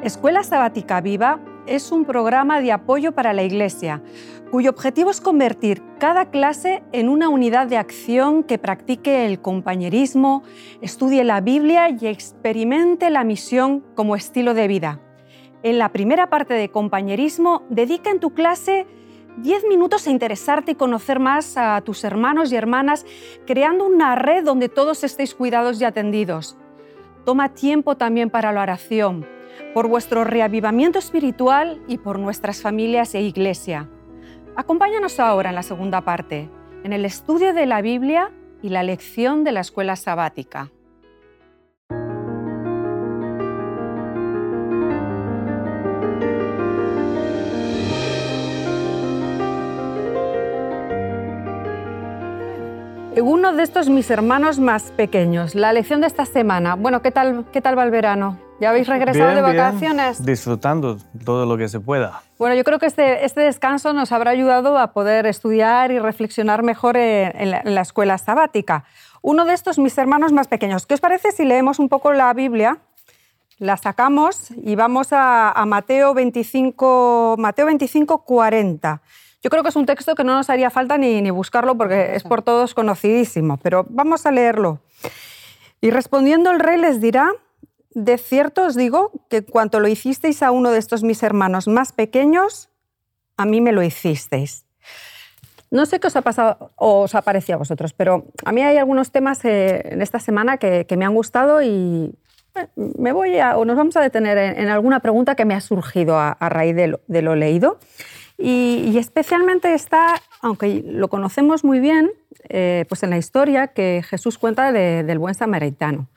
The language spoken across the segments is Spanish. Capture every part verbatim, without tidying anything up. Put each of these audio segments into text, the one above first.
Escuela Sabática Viva es un programa de apoyo para la Iglesia, cuyo objetivo es convertir cada clase en una unidad de acción que practique el compañerismo, estudie la Biblia y experimente la misión como estilo de vida. En la primera parte de compañerismo, dedica en tu clase diez minutos a interesarte y conocer más a tus hermanos y hermanas, creando una red donde todos estéis cuidados y atendidos. Toma tiempo también para la oración, por vuestro reavivamiento espiritual y por nuestras familias e iglesia. Acompáñanos ahora en la segunda parte, en el estudio de la Biblia y la lección de la escuela sabática. Uno de estos mis hermanos más pequeños, la lección de esta semana. Bueno, ¿qué tal, qué tal va el verano? ¿Ya habéis regresado bien, de vacaciones? Bien, disfrutando todo lo que se pueda. Bueno, yo creo que este, este descanso nos habrá ayudado a poder estudiar y reflexionar mejor en, en, la, en la escuela sabática. Uno de estos mis hermanos más pequeños. ¿Qué os parece si leemos un poco la Biblia? La sacamos y vamos a, a Mateo veinticinco, Mateo veinticinco, cuarenta. Yo creo que es un texto que no nos haría falta ni, ni buscarlo porque es por todos conocidísimo, pero vamos a leerlo. Y respondiendo el rey les dirá: de cierto os digo que cuanto lo hicisteis a uno de estos mis hermanos más pequeños, a mí me lo hicisteis. No sé qué os ha pasado o os ha parecido a vosotros, pero a mí hay algunos temas eh, en esta semana que, que me han gustado y eh, me voy a, o nos vamos a detener en, en alguna pregunta que me ha surgido a, a raíz de lo, de lo leído. Y, y especialmente está, aunque lo conocemos muy bien, eh, pues en la historia que Jesús cuenta de, del buen samaritano.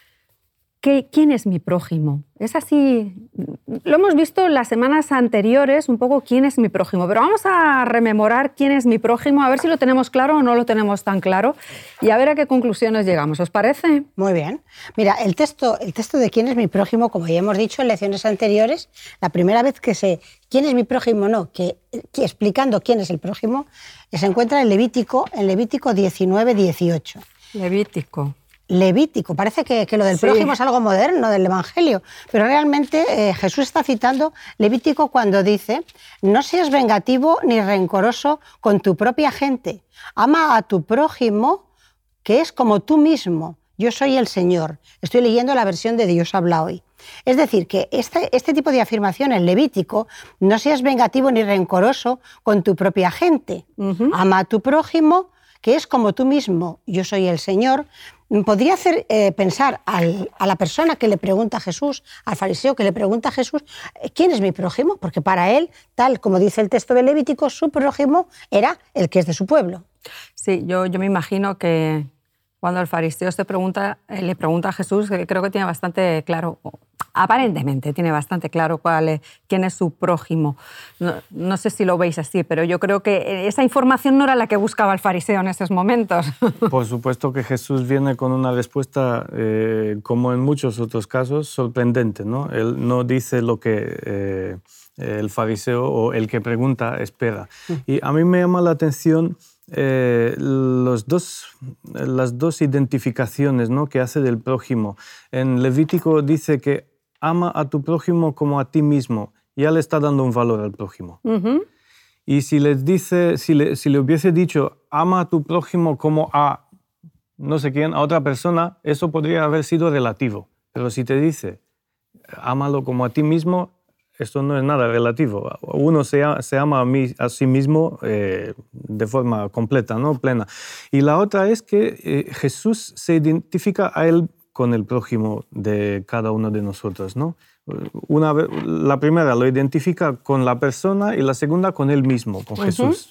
¿Qué, ¿Quién es mi prójimo? Es así, lo hemos visto en las semanas anteriores, un poco quién es mi prójimo, pero vamos a rememorar quién es mi prójimo, a ver si lo tenemos claro o no lo tenemos tan claro y a ver a qué conclusiones llegamos. ¿Os parece? Muy bien. Mira, el texto, el texto de quién es mi prójimo, como ya hemos dicho en lecciones anteriores, la primera vez que se quién es mi prójimo, no, que, que explicando quién es el prójimo, se encuentra en Levítico, en Levítico diecinueve, dieciocho. Levítico. Levítico, parece que, que lo del prójimo sí. Es algo moderno del Evangelio, pero realmente eh, Jesús está citando Levítico cuando dice: no seas vengativo ni rencoroso con tu propia gente, ama a tu prójimo que es como tú mismo, yo soy el Señor. Estoy leyendo la versión de Dios habla hoy. Es decir, que este, este tipo de afirmación en Levítico, no seas vengativo ni rencoroso con tu propia gente, uh-huh. ama a tu prójimo que es como tú mismo, yo soy el Señor, podría hacer eh, pensar al, a la persona que le pregunta a Jesús, al fariseo que le pregunta a Jesús, ¿quién es mi prójimo? Porque para él, tal como dice el texto de Levítico, su prójimo era el que es de su pueblo. Sí, yo, yo me imagino que cuando el fariseo se pregunta, le pregunta a Jesús, creo que tiene bastante claro, aparentemente tiene bastante claro cuál es, quién es su prójimo. No, no sé si lo veis así, pero yo creo que esa información no era la que buscaba el fariseo en esos momentos. Por supuesto que Jesús viene con una respuesta, eh, como en muchos otros casos, sorprendente, ¿no? Él no dice lo que eh, el fariseo o el que pregunta espera. Y a mí me llama la atención Eh, los dos, las dos identificaciones, ¿no?, que hace del prójimo. En Levítico dice que ama a tu prójimo como a ti mismo. Ya le está dando un valor al prójimo. Uh-huh. Y si les dice, si le, si le hubiese dicho ama a tu prójimo como a no sé quién, a otra persona, eso podría haber sido relativo. Pero si te dice ámalo como a ti mismo, esto no es nada relativo. Uno se, se ama a, mí, a sí mismo eh, de forma completa, ¿no?, plena. Y la otra es que eh, Jesús se identifica a él con el prójimo de cada uno de nosotros, ¿no? Una, la primera lo identifica con la persona y la segunda con él mismo, con uh-huh. Jesús.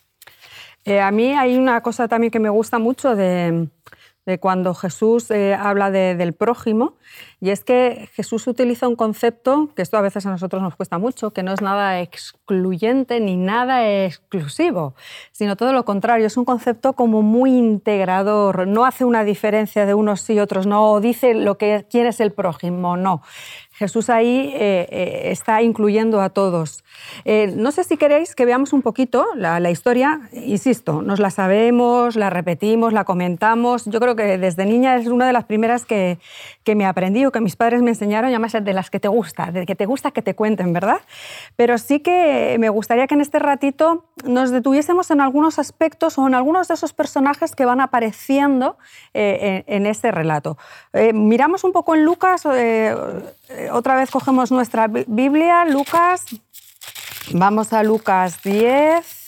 Eh, a mí hay una cosa también que me gusta mucho de, de cuando Jesús eh, habla de, del prójimo, y es que Jesús utiliza un concepto, que esto a veces a nosotros nos cuesta mucho, que no es nada excluyente ni nada exclusivo, sino todo lo contrario, es un concepto como muy integrador, no hace una diferencia de unos sí y otros no, o dice lo que quién es el prójimo, no. Jesús ahí eh, eh, está incluyendo a todos. Eh, no sé si queréis que veamos un poquito la, la historia. Insisto, nos la sabemos, la repetimos, la comentamos. Yo creo que desde niña es una de las primeras que, que me aprendí conocido, que mis padres me enseñaron, y además de las que te gusta, de que te gusta que te cuenten, ¿verdad? Pero sí que me gustaría que en este ratito nos detuviésemos en algunos aspectos o en algunos de esos personajes que van apareciendo eh, en, en este relato. Eh, miramos un poco en Lucas, eh, otra vez cogemos nuestra Biblia, Lucas, vamos a Lucas diez.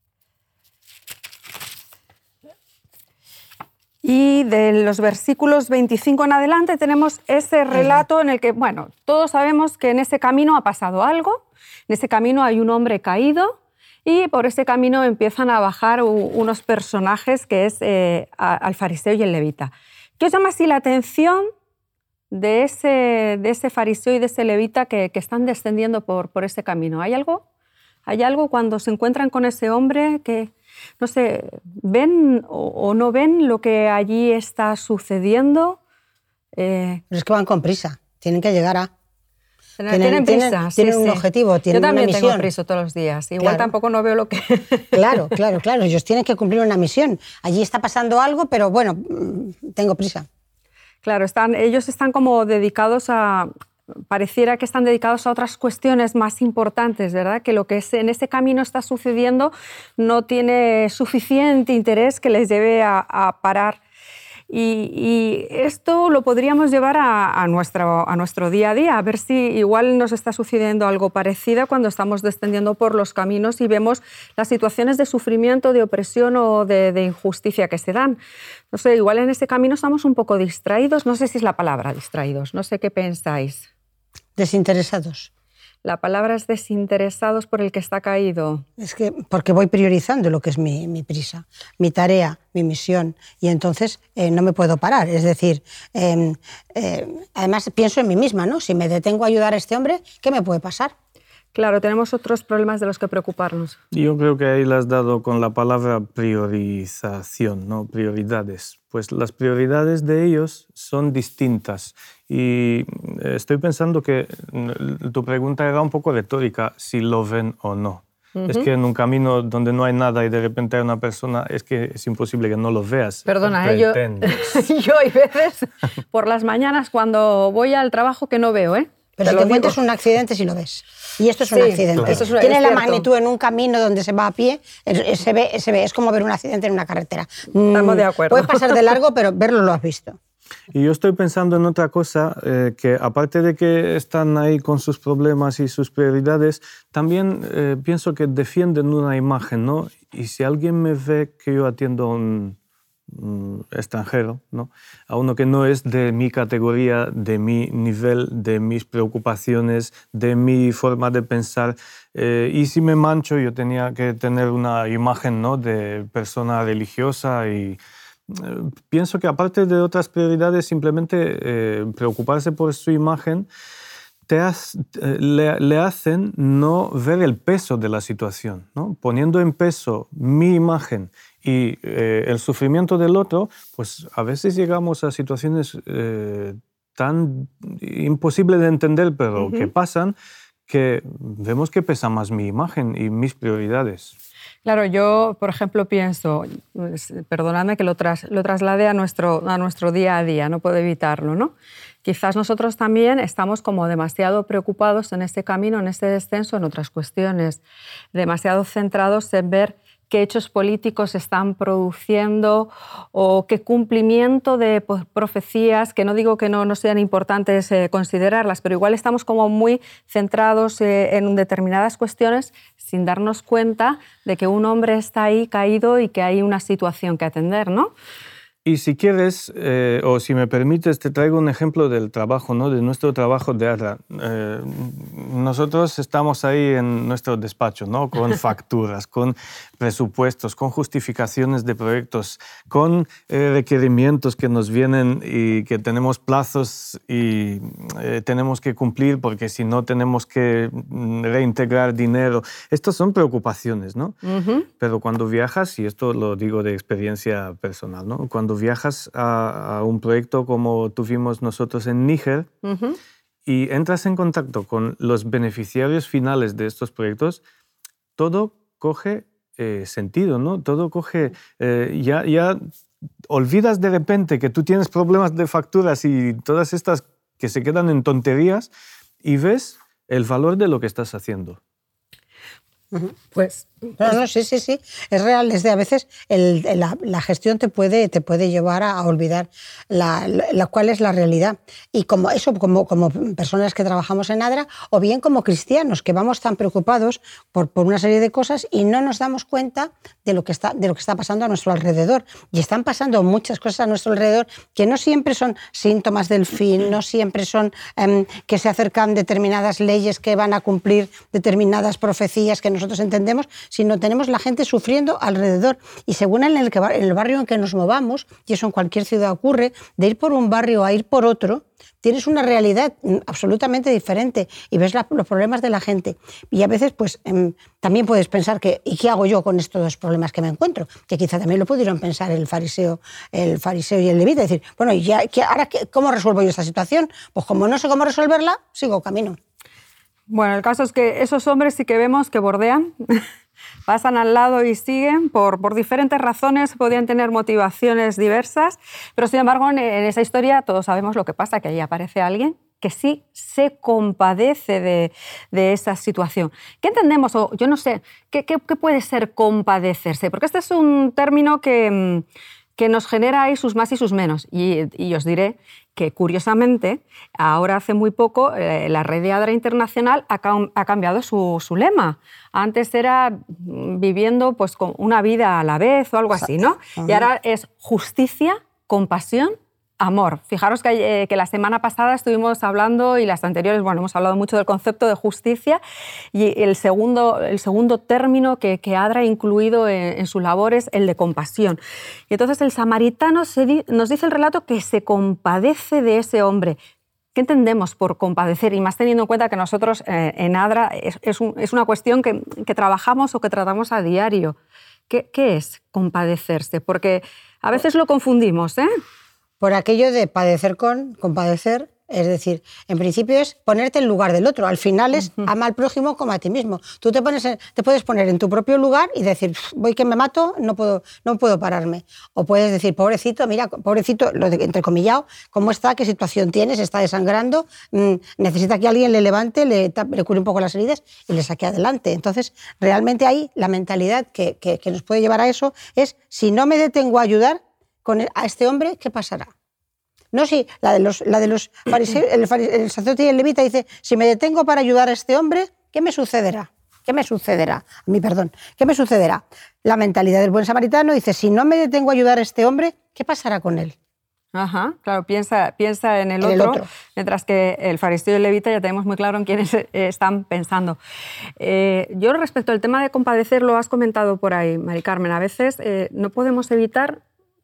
Y de los versículos veinticinco en adelante tenemos ese relato en el que, bueno, todos sabemos que en ese camino ha pasado algo, en ese camino hay un hombre caído y por ese camino empiezan a bajar unos personajes que es eh, al fariseo y el levita. ¿Qué os llama así la atención de ese, de ese fariseo y de ese levita que, que están descendiendo por, por ese camino? ¿Hay algo? ¿Hay algo cuando se encuentran con ese hombre que, no sé, ven o, o no ven lo que allí está sucediendo? Eh, Pero es que van con prisa, tienen que llegar a... Tienen, tienen prisa, tienen, sí, tienen un sí. objetivo, tienen Yo también una misión. tengo prisa todos los días, igual Claro. tampoco no veo lo que... Claro, claro, claro, ellos tienen que cumplir una misión. Allí está pasando algo, pero bueno, tengo prisa. Claro, están, ellos están como dedicados a... Pareciera que están dedicados a otras cuestiones más importantes, ¿verdad? Que lo que es, en ese camino está sucediendo no tiene suficiente interés que les lleve a, a parar. Y, y esto lo podríamos llevar a, a, nuestro, a nuestro día a día, a ver si igual nos está sucediendo algo parecido cuando estamos descendiendo por los caminos y vemos las situaciones de sufrimiento, de opresión o de, de injusticia que se dan. No sé, igual en ese camino estamos un poco distraídos, no sé si es la palabra distraídos, no sé qué pensáis. Desinteresados. La palabra es desinteresados por el que está caído. Es que porque voy priorizando lo que es mi, mi prisa, mi tarea, mi misión, y entonces eh, no me puedo parar. Es decir, eh, eh, además pienso en mí misma, ¿no? Si me detengo a ayudar a este hombre, ¿qué me puede pasar? Claro, tenemos otros problemas de los que preocuparnos. Yo creo que ahí le has dado con la palabra priorización, ¿no? Prioridades. Pues las prioridades de ellos son distintas. Y estoy pensando que tu pregunta era un poco retórica, si lo ven o no. Uh-huh. Es que en un camino donde no hay nada y de repente hay una persona, es que es imposible que no lo veas. Perdona, ¿eh? yo, yo hay veces por las mañanas cuando voy al trabajo que no veo, ¿eh? Pero si te encuentras un accidente, sí lo ves. Y esto es sí, un accidente. Claro. Eso es, Tiene es la cierto. magnitud en un camino donde se va a pie, se ve, se ve, es como ver un accidente en una carretera. Estamos de acuerdo. Puedes pasar de largo, pero verlo lo has visto. Y yo estoy pensando en otra cosa, eh, que aparte de que están ahí con sus problemas y sus prioridades, también eh, pienso que defienden una imagen, ¿no? Y si alguien me ve que yo atiendo a un, un extranjero, ¿no? A uno que no es de mi categoría, de mi nivel, de mis preocupaciones, de mi forma de pensar, eh, y si me mancho, yo tenía que tener una imagen, ¿no? De persona religiosa y... Pienso que aparte de otras prioridades, simplemente eh, preocuparse por su imagen te has, eh, le, le hacen no ver el peso de la situación, ¿no? Poniendo en peso mi imagen y eh, el sufrimiento del otro, pues a veces llegamos a situaciones eh, tan imposibles de entender, pero uh-huh. que pasan, que vemos que pesa más mi imagen y mis prioridades. Claro, yo, por ejemplo, pienso, perdonadme que lo, tras, lo traslade a nuestro, a nuestro día a día, no puedo evitarlo, ¿no? Quizás nosotros también estamos como demasiado preocupados en este camino, en este descenso, en otras cuestiones, demasiado centrados en ver qué hechos políticos se están produciendo o qué cumplimiento de profecías, que no digo que no, no sean importantes eh, considerarlas, pero igual estamos como muy centrados eh, en determinadas cuestiones sin darnos cuenta de que un hombre está ahí caído y que hay una situación que atender, ¿no? Y si quieres, eh, o si me permites, te traigo un ejemplo del trabajo, ¿no? De nuestro trabajo de ARRA. Eh, nosotros estamos ahí en nuestro despacho, ¿no? Con facturas, con presupuestos, con justificaciones de proyectos, con eh, requerimientos que nos vienen y que tenemos plazos y eh, tenemos que cumplir porque si no tenemos que reintegrar dinero. Estas son preocupaciones, ¿no? Uh-huh. Pero cuando viajas, y esto lo digo de experiencia personal, ¿no? Cuando viajas a, a un proyecto como tuvimos nosotros en Níger uh-huh. y entras en contacto con los beneficiarios finales de estos proyectos, todo coge eh, sentido, ¿no? Todo coge... Eh, ya, ya olvidas de repente que tú tienes problemas de facturas y todas estas que se quedan en tonterías y ves el valor de lo que estás haciendo. Pues, no, no, sí, sí, sí, es real. Desde a veces el, la, la gestión te puede, te puede llevar a, a olvidar la, la, cuál es la realidad. Y como eso, como, como personas que trabajamos en ADRA, o bien como cristianos, que vamos tan preocupados por, por una serie de cosas y no nos damos cuenta de lo, que está, de lo que está pasando a nuestro alrededor. Y están pasando muchas cosas a nuestro alrededor que no siempre son síntomas del fin, no siempre son um, que se acercan determinadas leyes que van a cumplir determinadas profecías que nosotros entendemos, sino tenemos la gente sufriendo alrededor. Y según en el, que, en el barrio en que nos movamos, y eso en cualquier ciudad ocurre, de ir por un barrio a ir por otro, tienes una realidad absolutamente diferente y ves la, los problemas de la gente. Y a veces pues eh, también puedes pensar que ¿y qué hago yo con estos dos problemas que me encuentro? Que quizá también lo pudieron pensar el fariseo, el fariseo y el levita, decir, bueno, ¿y ya, qué, ahora qué, cómo resuelvo yo esta situación? Pues como no sé cómo resolverla, sigo camino. Bueno, el caso es que esos hombres sí que vemos que bordean, pasan al lado y siguen por, por diferentes razones, podían tener motivaciones diversas, pero sin embargo en, en esa historia todos sabemos lo que pasa, que ahí aparece alguien que sí se compadece de, de esa situación. ¿Qué entendemos? O yo no sé, ¿qué, qué, qué puede ser compadecerse? Porque este es un término que, que nos genera ahí sus más y sus menos. Y, y os diré que, curiosamente, ahora hace muy poco eh, la Red de ADRA Internacional ha, ha cambiado su, su lema. Antes era viviendo pues, con una vida a la vez o algo así, ¿no? Uh-huh. Y ahora es justicia, compasión, amor. Fijaros que, eh, que la semana pasada estuvimos hablando, y las anteriores, bueno, hemos hablado mucho del concepto de justicia, y el segundo, el segundo término que, que ADRA ha incluido en, en su labor es el de compasión. Y entonces el samaritano se di, nos dice el relato que se compadece de ese hombre. ¿Qué entendemos por compadecer? Y más teniendo en cuenta que nosotros eh, en ADRA es, es, un, es una cuestión que, que trabajamos o que tratamos a diario. ¿Qué, qué es compadecerse? Porque a veces lo confundimos, ¿eh? Por aquello de padecer con, compadecer, es decir, en principio es ponerte en lugar del otro. Al final es uh-huh. ama al prójimo como a ti mismo. Tú te, pones en, te puedes poner en tu propio lugar y decir, voy que me mato, no puedo, no puedo pararme. O puedes decir, pobrecito, mira, pobrecito, lo de entrecomillado, ¿cómo está? ¿Qué situación tiene? Se está desangrando, mmm, necesita que alguien le levante, le, le cure un poco las heridas y le saque adelante. Entonces, realmente ahí la mentalidad que, que, que nos puede llevar a eso es, si no me detengo a ayudar con el, a este hombre, ¿qué pasará? No, sí, la de los, la de los fariseos, el, fariseo, el sacerdote y el levita dice, si me detengo para ayudar a este hombre, ¿qué me sucederá? ¿Qué me sucederá? A mí, perdón, ¿qué me sucederá? La mentalidad del buen samaritano dice, si no me detengo a ayudar a este hombre, ¿qué pasará con él? Ajá, claro, piensa, piensa en, el, en otro, el otro, mientras que el fariseo y el levita ya tenemos muy claro en quiénes están pensando. Eh, yo respecto al tema de compadecer, lo has comentado por ahí, Mari Carmen, a veces eh, no podemos evitar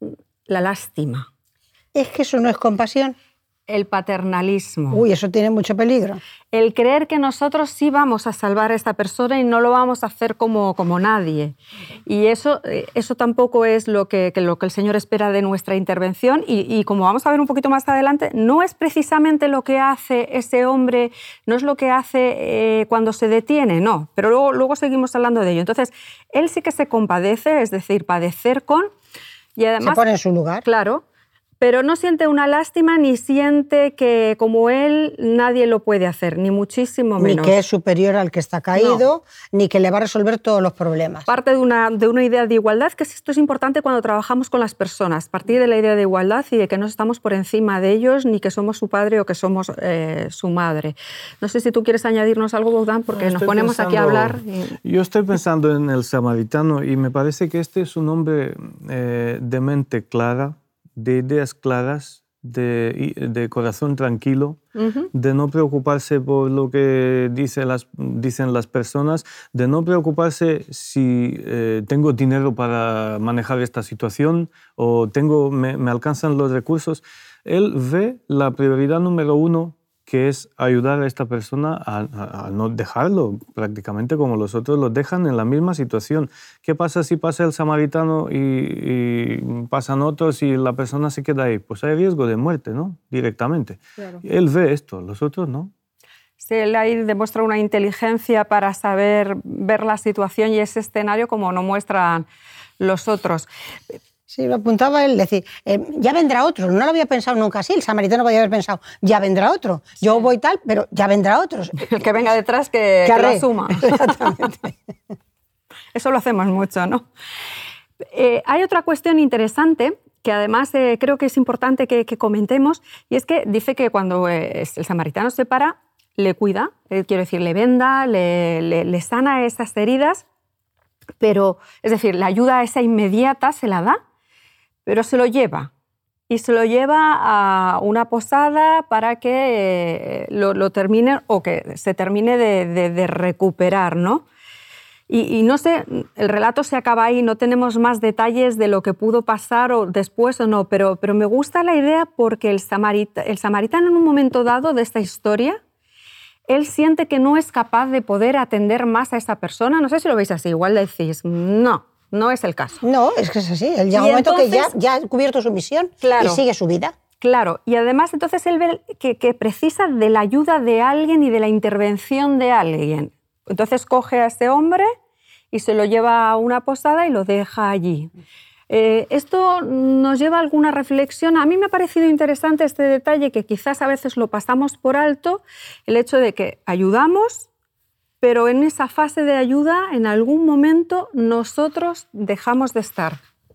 la lástima. Es que eso no es compasión. El paternalismo. Uy, eso tiene mucho peligro. El creer que nosotros sí vamos a salvar a esta persona y no lo vamos a hacer como, como nadie. Y eso, eso tampoco es lo que, que, lo que el Señor espera de nuestra intervención. Y, y como vamos a ver un poquito más adelante, no es precisamente lo que hace ese hombre, no es lo que hace eh, cuando se detiene, no. Pero luego, luego seguimos hablando de ello. Entonces, él sí que se compadece, es decir, padecer con... Y además, se pone en su lugar. Claro. Pero no siente una lástima ni siente que, como él, nadie lo puede hacer, ni muchísimo menos. Ni que es superior al que está caído, no. Ni que le va a resolver todos los problemas. Parte de una, de una idea de igualdad, que esto es importante cuando trabajamos con las personas, partir de la idea de igualdad y de que no estamos por encima de ellos, ni que somos su padre o que somos eh, su madre. No sé si tú quieres añadirnos algo, Bogdan, porque no, nos ponemos pensando, aquí a hablar. Y... Yo estoy pensando en el samaritano y me parece que este es un hombre eh, de mente clara, de ideas claras, de, de corazón tranquilo, uh-huh. de no preocuparse por lo que dice las, dicen las personas, de no preocuparse si eh, tengo dinero para manejar esta situación o tengo, me, me alcanzan los recursos. Él ve la prioridad número uno, que es ayudar a esta persona a, a, a no dejarlo prácticamente como los otros lo dejan en la misma situación. ¿Qué pasa si pasa el samaritano y, y pasan otros y la persona se queda ahí? Pues hay riesgo de muerte, ¿no? Directamente. Claro. Él ve esto, los otros no. Sí, él ahí demuestra una inteligencia para saber ver la situación y ese escenario como no muestran los otros. Sí, lo apuntaba él, decir, eh, ya vendrá otro. No lo había pensado nunca así. El samaritano podía haber pensado, ya vendrá otro. Sí. Yo voy tal, pero ya vendrá otro. El que venga detrás que, que, que lo asuma. Exactamente. Eso lo hacemos mucho, ¿no? Eh, hay otra cuestión interesante que además eh, creo que es importante que, que comentemos, y es que dice que cuando eh, el samaritano se para, le cuida, eh, quiero decir, le venda, le, le, le sana esas heridas, pero, es decir, la ayuda esa inmediata se la da, pero se lo lleva. Y se lo lleva a una posada para que eh, lo, lo termine o que se termine de, de, de recuperar, ¿no? Y, y no sé, el relato se acaba ahí, no tenemos más detalles de lo que pudo pasar o después o no, pero, pero me gusta la idea porque el, samarita, el samaritano en un momento dado de esta historia, él siente que no es capaz de poder atender más a esa persona. No sé si lo veis así, igual le decís, no. No es el caso. No, es que es así. Él llega un momento entonces, que ya, ya ha cubierto su misión, claro, y sigue su vida. Claro, y además entonces él ve que, que precisa de la ayuda de alguien y de la intervención de alguien. Entonces coge a este hombre y se lo lleva a una posada y lo deja allí. Eh, esto nos lleva a alguna reflexión. A mí me ha parecido interesante este detalle que quizás a veces lo pasamos por alto, el hecho de que ayudamos, pero en esa fase de ayuda, en algún momento, nosotros dejamos de estar.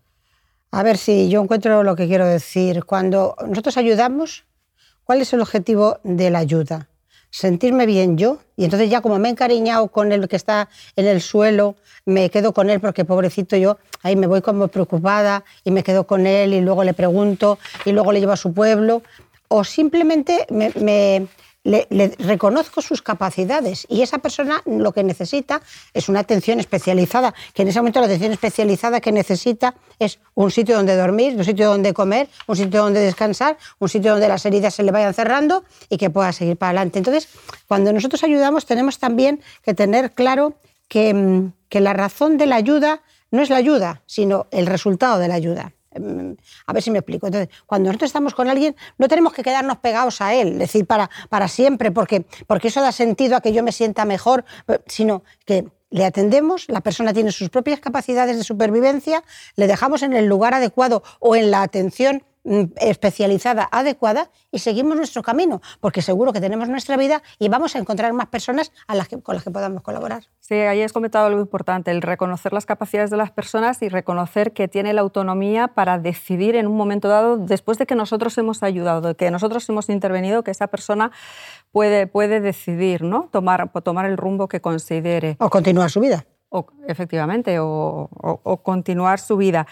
A ver si yo encuentro lo que quiero decir. Cuando nosotros ayudamos, ¿cuál es el objetivo de la ayuda? Sentirme bien yo, y entonces ya como me he encariñado con el que está en el suelo, me quedo con él porque pobrecito yo, ahí me voy como preocupada y me quedo con él y luego le pregunto y luego le llevo a su pueblo, o simplemente me... me Le, le reconozco sus capacidades y esa persona lo que necesita es una atención especializada, que en ese momento la atención especializada que necesita es un sitio donde dormir, un sitio donde comer, un sitio donde descansar, un sitio donde las heridas se le vayan cerrando y que pueda seguir para adelante. Entonces, cuando nosotros ayudamos tenemos también que tener claro que, que la razón de la ayuda no es la ayuda, sino el resultado de la ayuda. A ver si me explico. Entonces, cuando nosotros estamos con alguien, no tenemos que quedarnos pegados a él, es decir, para, para siempre, porque, porque eso da sentido a que yo me sienta mejor, sino que le atendemos, la persona tiene sus propias capacidades de supervivencia, le dejamos en el lugar adecuado o en la atención especializada adecuada y seguimos nuestro camino, porque seguro que tenemos nuestra vida y vamos a encontrar más personas a las que, con las que podamos colaborar. Sí, ahí has comentado algo importante, el reconocer las capacidades de las personas y reconocer que tiene la autonomía para decidir en un momento dado, después de que nosotros hemos ayudado, de que nosotros hemos intervenido, que esa persona puede, puede decidir, ¿no? tomar, tomar el rumbo que considere. O continuar su vida. O, efectivamente, o, o, o continuar su vida.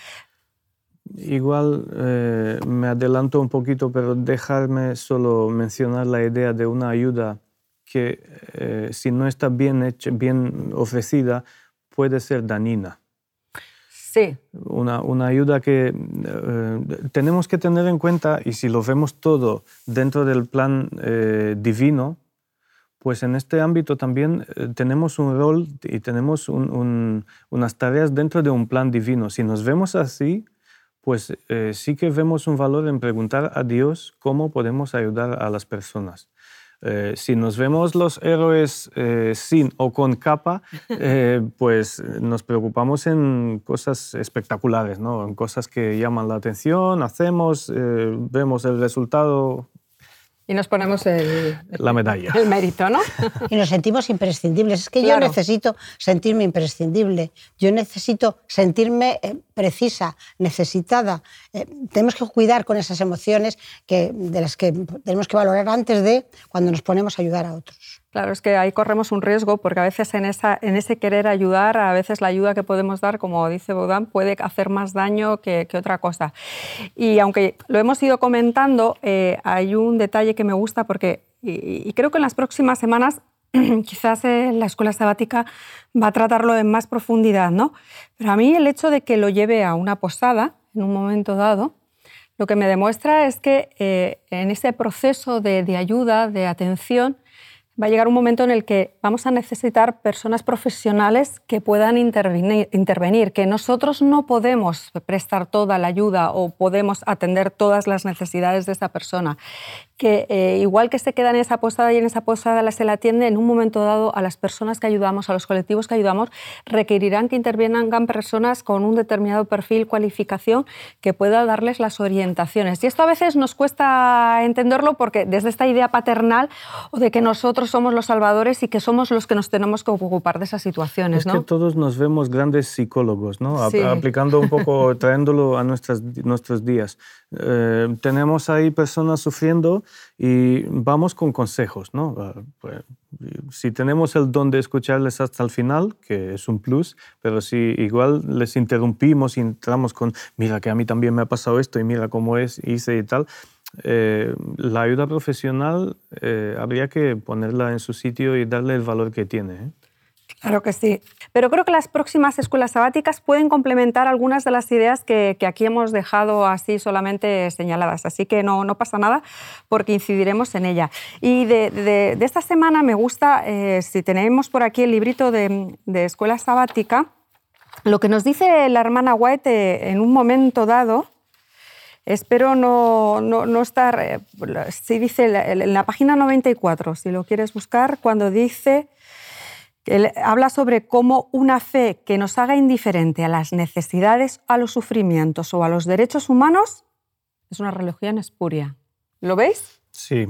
Igual eh, me adelanto un poquito, pero dejarme solo mencionar la idea de una ayuda que, eh, si no está bien hecha, bien ofrecida, puede ser dañina. Sí. Una, una ayuda que eh, tenemos que tener en cuenta, y si lo vemos todo dentro del plan eh, divino, pues en este ámbito también eh, tenemos un rol y tenemos un, un, unas tareas dentro de un plan divino. Si nos vemos así, pues eh, sí que vemos un valor en preguntar a Dios cómo podemos ayudar a las personas. Eh, si nos vemos los héroes eh, sin o con capa, eh, pues nos preocupamos en cosas espectaculares, ¿no? En cosas que llaman la atención, hacemos, eh, vemos el resultado. Y nos ponemos el, la medalla. El mérito, ¿no? Y nos sentimos imprescindibles. Es que claro, yo necesito sentirme imprescindible. Yo necesito sentirme eh, precisa, necesitada. Eh, tenemos que cuidar con esas emociones que, de las que tenemos que valorar antes de cuando nos ponemos a ayudar a otros. Claro, es que ahí corremos un riesgo porque a veces en, esa, en ese querer ayudar, a veces la ayuda que podemos dar, como dice Baudin, puede hacer más daño que, que otra cosa. Y aunque lo hemos ido comentando, eh, hay un detalle que me gusta porque, y, y creo que en las próximas semanas quizás eh, la escuela sabática va a tratarlo en más profundidad, ¿no? Pero a mí el hecho de que lo lleve a una posada en un momento dado, lo que me demuestra es que eh, en ese proceso de, de ayuda, de atención, Va a llegar un momento en el que vamos a necesitar personas profesionales que puedan intervenir, intervenir, que nosotros no podemos prestar toda la ayuda o podemos atender todas las necesidades de esa persona. Que eh, igual que se queda en esa posada y en esa posada se la atiende, en un momento dado a las personas que ayudamos, a los colectivos que ayudamos, requerirán que intervengan personas con un determinado perfil, cualificación, que pueda darles las orientaciones. Y esto a veces nos cuesta entenderlo porque desde esta idea paternal o de que nosotros somos los salvadores y que somos los que nos tenemos que ocupar de esas situaciones, es ¿no? que todos nos vemos grandes psicólogos, ¿no? Sí. Aplicando un poco, trayéndolo a nuestras, nuestros días. Eh, tenemos ahí personas sufriendo y vamos con consejos, ¿no? Pues, si tenemos el don de escucharles hasta el final, que es un plus, pero si igual les interrumpimos y entramos con mira que a mí también me ha pasado esto y mira cómo es, hice y tal, eh, la ayuda profesional eh, habría que ponerla en su sitio y darle el valor que tiene, ¿eh? Claro que sí. Pero creo que las próximas escuelas sabáticas pueden complementar algunas de las ideas que, que aquí hemos dejado así solamente señaladas. Así que no, no pasa nada porque incidiremos en ella. Y de, de, de esta semana me gusta, eh, si tenemos por aquí el librito de, de escuela sabática, lo que nos dice la hermana White eh, en un momento dado. Espero no, no, no estar... Eh, sí dice en la página noventa y cuatro, si lo quieres buscar, cuando dice... Él habla sobre cómo una fe que nos haga indiferente a las necesidades, a los sufrimientos o a los derechos humanos es una religión espuria. ¿Lo veis? Sí.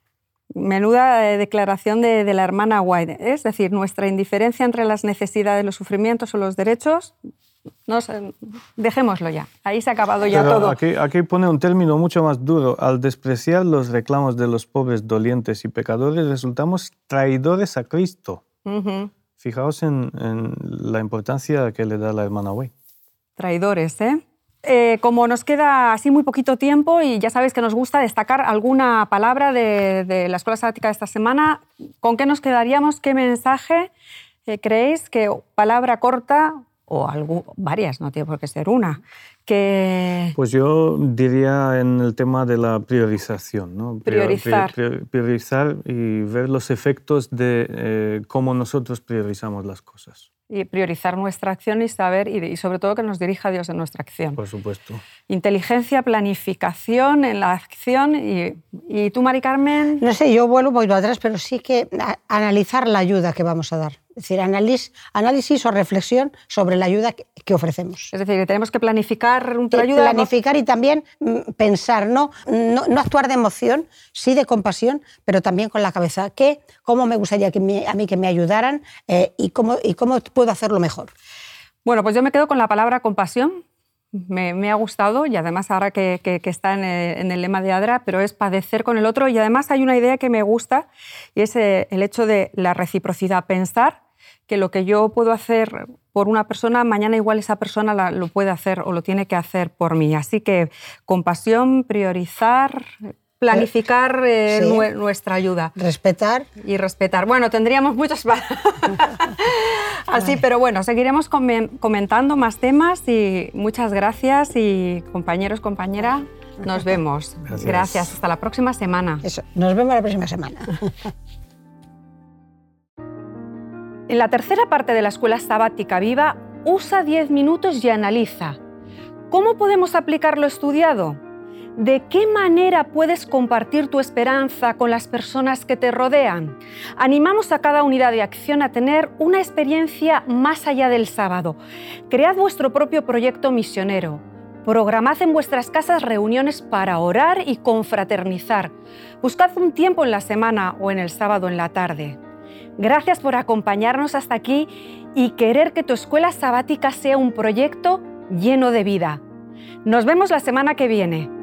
Menuda declaración de, de la hermana White. Es decir, nuestra indiferencia entre las necesidades, los sufrimientos o los derechos, no sé, dejémoslo ya. Ahí se ha acabado ya Pero todo. Aquí, aquí pone un término mucho más duro. Al despreciar los reclamos de los pobres, dolientes y pecadores, resultamos traidores a Cristo. Uh-huh. Fijaos en, en la importancia que le da la hermana White. Traidores, ¿eh? Eh, como nos queda así muy poquito tiempo y ya sabéis que nos gusta destacar alguna palabra de, de la Escuela Sabática de esta semana, ¿con qué nos quedaríamos? ¿Qué mensaje eh, creéis que palabra corta o algo, varias, no tiene por qué ser una? Que... Pues yo diría en el tema de la priorización, ¿no? Priorizar. Prior, priorizar y ver los efectos de eh, cómo nosotros priorizamos las cosas. Y priorizar nuestra acción y saber, y, y sobre todo que nos dirija Dios en nuestra acción. Por supuesto. Inteligencia, planificación en la acción. ¿Y, y tú, Mari Carmen? No sé, yo vuelvo un poquito atrás, pero sí que analizar la ayuda que vamos a dar. Es decir, análisis, análisis o reflexión sobre la ayuda que, que ofrecemos. Es decir, que tenemos que planificar una ayuda. Planificar y también pensar, ¿no? No, no actuar de emoción, sí de compasión, pero también con la cabeza. ¿Qué, ¿Cómo me gustaría que me, a mí que me ayudaran eh, y, cómo, y cómo puedo hacerlo mejor? Bueno, pues yo me quedo con la palabra compasión. Me, me ha gustado y además ahora que, que, que está en el, en el lema de ADRA, pero es padecer con el otro. Y además hay una idea que me gusta y es el hecho de la reciprocidad. Pensar que lo que yo puedo hacer por una persona, mañana igual esa persona la, lo puede hacer o lo tiene que hacer por mí. Así que compasión, priorizar, planificar eh, sí. nu- nuestra ayuda. Respetar. Y respetar. Bueno, tendríamos muchas así, pero bueno, seguiremos com- comentando más temas y muchas gracias y compañeros, compañera, nos vemos. Gracias. Gracias. Hasta la próxima semana. Eso, nos vemos la próxima semana. En la tercera parte de la Escuela Sabática Viva, usa diez minutos y analiza. ¿Cómo podemos aplicar lo estudiado? ¿De qué manera puedes compartir tu esperanza con las personas que te rodean? Animamos a cada unidad de acción a tener una experiencia más allá del sábado. Cread vuestro propio proyecto misionero. Programad en vuestras casas reuniones para orar y confraternizar. Buscad un tiempo en la semana o en el sábado en la tarde. Gracias por acompañarnos hasta aquí y querer que tu escuela sabática sea un proyecto lleno de vida. Nos vemos la semana que viene.